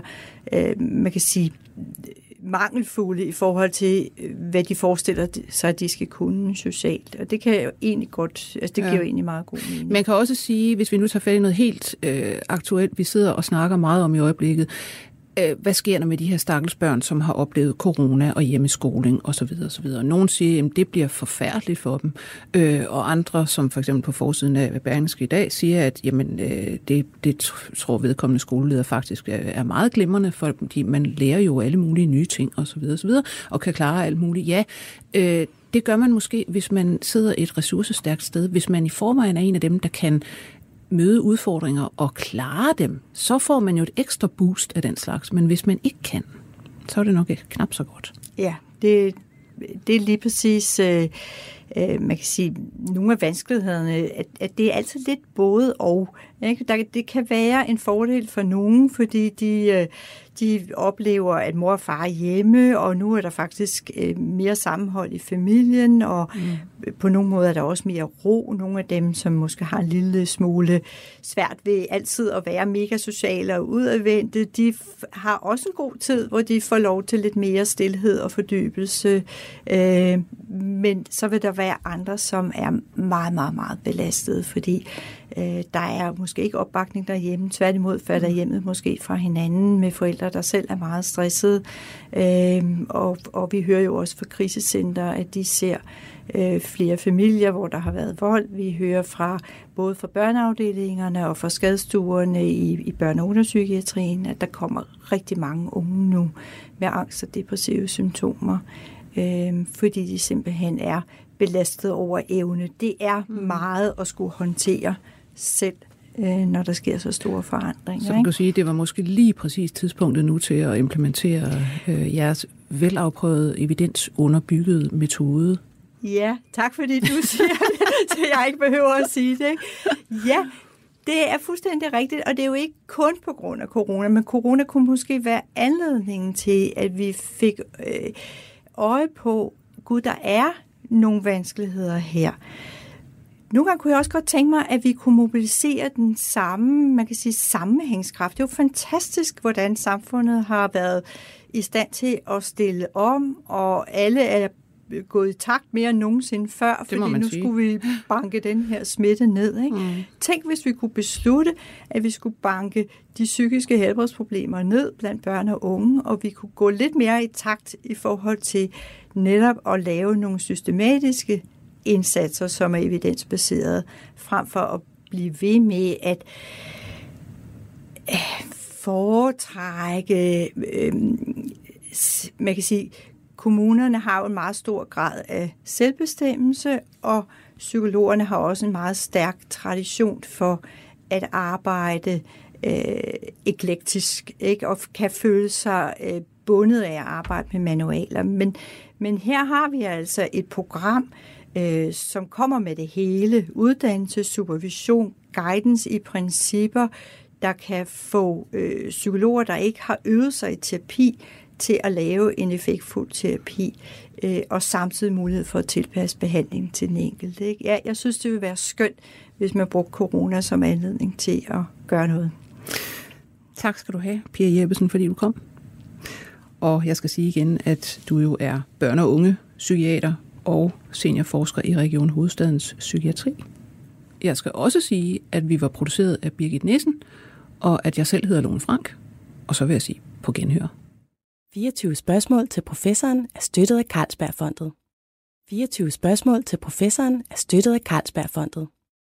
man kan sige, mangelfulde i forhold til, hvad de forestiller sig, at de skal kunne socialt. Og det kan jo egentlig godt, altså det giver ja. jo egentlig meget god mening. Man kan også sige, hvis vi nu tager fat i noget helt øh, aktuelt, vi sidder og snakker meget om i øjeblikket, øh, hvad sker der med de her stakkels børn, som har oplevet corona og hjemmeskoling osv. osv. Nogle siger, at det bliver forfærdeligt for dem, øh, og andre, som for eksempel på forsiden af Berlingske i dag, siger, at jamen, øh, det, det tror vedkommende skoleleder faktisk er meget glimrende, fordi man lærer jo alle mulige nye ting osv. osv. og kan klare alt muligt. Ja, øh, det gør man måske, hvis man sidder et ressourcestærkt sted, hvis man i forvejen er en af dem, der kan møde udfordringer og klare dem, så får man jo et ekstra boost af den slags. Men hvis man ikke kan, så er det nok ikke knap så godt. Ja, det, det er lige præcis, øh, øh, man kan sige, nogle af vanskelighederne, at, at det er altid lidt både og. Ikke? Der, det kan være en fordel for nogen, fordi de, øh, de oplever, at mor og far er hjemme, og nu er der faktisk øh, mere sammenhold i familien, og mm. på nogle måder er der også mere ro. Nogle af dem, som måske har en lille smule svært ved altid at være mega sociale og udadvendte, de f- har også en god tid, hvor de får lov til lidt mere stilhed og fordybelse. Øh, men så vil der være andre, som er meget, meget, meget belastede, fordi øh, der er måske ikke opbakning derhjemme. Tværtimod falder hjemmet måske fra hinanden med forældre, der selv er meget stressede. Øh, og, og vi hører jo også fra krisecenter, at de ser øh, flere familier, hvor der har været vold. Vi hører fra både fra børneafdelingerne og fra skadestuerne i, i børne- og ungdomspsykiatrien, at der kommer rigtig mange unge nu med angst og depressive symptomer, øh, fordi de simpelthen er belastet over evne. Det er meget at skulle håndtere selv, når der sker så store forandringer. Så kan du sige, at det var måske lige præcis tidspunktet nu til at implementere øh, jeres velafprøvede, evidensunderbyggede metode? Ja, tak fordi du siger det, så jeg ikke behøver at sige det. Ja, det er fuldstændig rigtigt, og det er jo ikke kun på grund af corona, men corona kunne måske være anledningen til, at vi fik øh, øje på, gud, der er nogle vanskeligheder her. Nogle gange kunne jeg også godt tænke mig, at vi kunne mobilisere den samme, man kan sige, sammenhængskraft. Det er jo fantastisk, hvordan samfundet har været i stand til at stille om, og alle er gået i takt mere end nogensinde før, fordi nu sige. skulle vi banke den her smitte ned. Ikke? Mm. Tænk, hvis vi kunne beslutte, at vi skulle banke de psykiske helbredsproblemer ned blandt børn og unge, og vi kunne gå lidt mere i takt i forhold til netop at lave nogle systematiske indsatser, som er evidensbaserede, frem for at blive ved med at foretrække, øh, man kan sige, kommunerne har jo en meget stor grad af selvbestemmelse, og psykologerne har også en meget stærk tradition for at arbejde øh, eklektisk, ikke? Og kan føle sig øh, bundet af at arbejde med manualer. Men, men her har vi altså et program, øh, som kommer med det hele. Uddannelse, supervision, guidance i principper, der kan få øh, psykologer, der ikke har øvet sig i terapi, til at lave en effektfuld terapi, øh, og samtidig mulighed for at tilpasse behandling til den enkelte. Ikke? Ja, jeg synes, det vil være skønt, hvis man brugte corona som anledning til at gøre noget. Tak skal du have, Pia Jeppesen, fordi du kom. Og jeg skal sige igen, at du jo er børne- og unge psykiater og seniorforsker i Region Hovedstadens Psykiatri. Jeg skal også sige, at vi var produceret af Birgit Nissen, og at jeg selv hedder Lone Frank. Og så vil jeg sige på genhør. fireogtyve spørgsmål til professoren er støttet af Carlsbergfondet. fireogtyve spørgsmål til professoren er støttet af Carlsbergfondet.